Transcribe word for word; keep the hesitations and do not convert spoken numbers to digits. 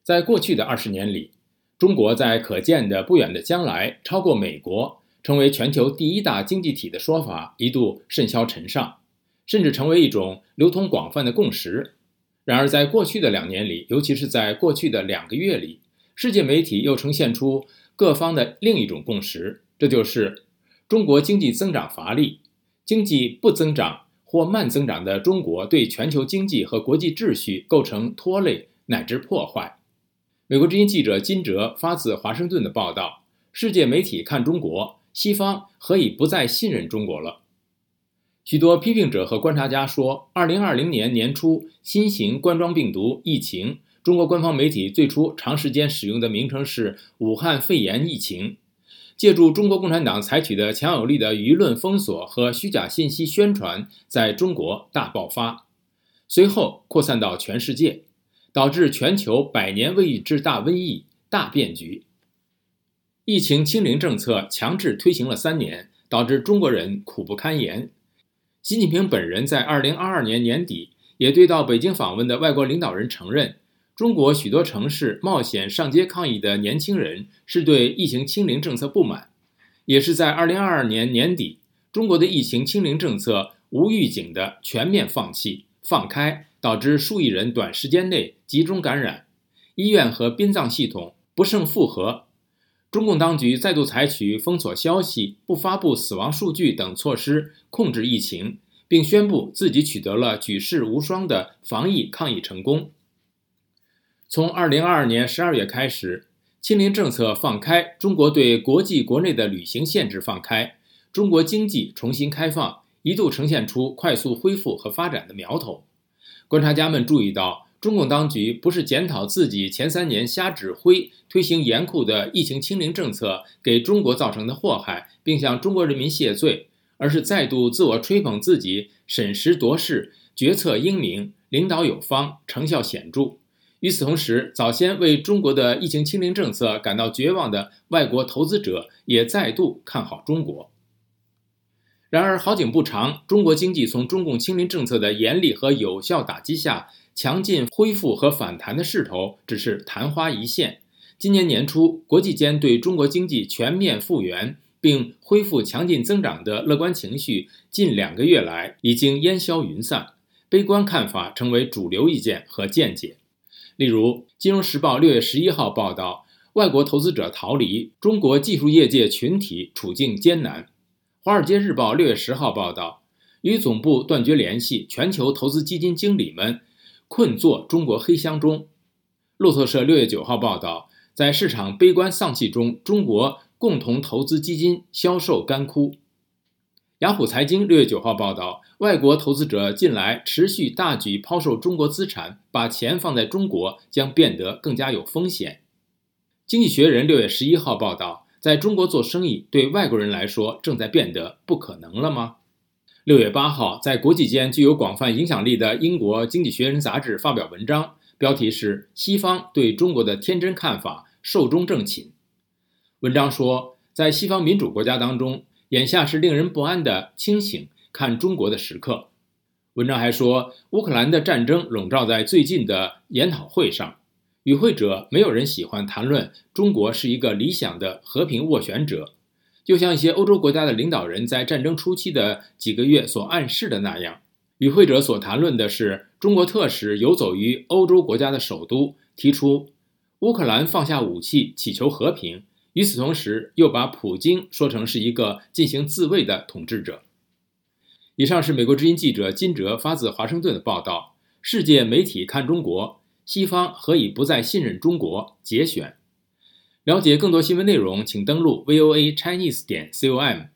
在过去的二十年里，中国在可见的不远的将来超过美国，成为全球第一大经济体的说法一度甚嚣尘上，甚至成为一种流通广泛的共识。然而在过去的两年里，尤其是在过去的两个月里，世界媒体又呈现出各方的另一种共识，这就是中国经济增长乏力，经济不增长或慢增长的中国对全球经济和国际秩序构成拖累乃至破坏。美国之音记者金哲发自华盛顿的报道，世界媒体看中国，西方何以不再信任中国了？许多批评者和观察家说，二零二零年年初新型冠状病毒疫情，中国官方媒体最初长时间使用的名称是武汉肺炎疫情，借助中国共产党采取的强有力的舆论封锁和虚假信息宣传，在中国大爆发，随后扩散到全世界，导致全球百年未遇之大瘟疫、大变局。疫情清零政策强制推行了三年，导致中国人苦不堪言。习近平本人在二零二二年年底也对到北京访问的外国领导人承认，中国许多城市冒险上街抗议的年轻人是对疫情清零政策不满。也是在二零二二年年底，中国的疫情清零政策无预警的全面放弃、放开，导致数亿人短时间内集中感染，医院和殡葬系统不胜负荷。中共当局再度采取封锁消息、不发布死亡数据等措施控制疫情，并宣布自己取得了举世无双的防疫抗疫成功。从二零二二年十二月开始，清零政策放开，中国对国际国内的旅行限制放开，中国经济重新开放，一度呈现出快速恢复和发展的苗头。观察家们注意到，中共当局不是检讨自己前三年瞎指挥推行严酷的疫情清零政策给中国造成的祸害，并向中国人民谢罪，而是再度自我吹捧自己审时度势、决策英明、领导有方、成效显著。与此同时，早先为中国的疫情清零政策感到绝望的外国投资者也再度看好中国。然而好景不长，中国经济从中共清零政策的严厉和有效打击下，强劲恢复和反弹的势头只是昙花一现。今年年初，国际间对中国经济全面复原并恢复强劲增长的乐观情绪，近两个月来已经烟消云散，悲观看法成为主流意见和见解。例如，《金融时报》六月十一号报道，外国投资者逃离，中国技术业界群体处境艰难。《华尔街日报》六月十号报道，与总部断绝联系，全球投资基金经理们困坐中国黑箱中。路透社六月九号报道，在市场悲观丧气中，中国共同投资基金销售干枯。雅虎财经六月九号报道，外国投资者近来持续大举抛售中国资产，把钱放在中国将变得更加有风险。经济学人六月十一号报道，在中国做生意对外国人来说正在变得不可能了吗？六月八号，在国际间具有广泛影响力的英国《经济学人》杂志发表文章，标题是西方对中国的天真看法寿终正寝。文章说，在西方民主国家当中，眼下是令人不安的清醒看中国的时刻。文章还说，乌克兰的战争笼罩在最近的研讨会上，与会者没有人喜欢谈论中国是一个理想的和平斡旋者，就像一些欧洲国家的领导人在战争初期的几个月所暗示的那样。与会者所谈论的是中国特使游走于欧洲国家的首都，提出乌克兰放下武器祈求和平，与此同时又把普京说成是一个进行自卫的统治者。以上是美国之音记者金哲发自华盛顿的报道，世界媒体看中国，西方何以不再信任中国节选。了解更多新闻内容，请登录 V O A Chinese 点 com。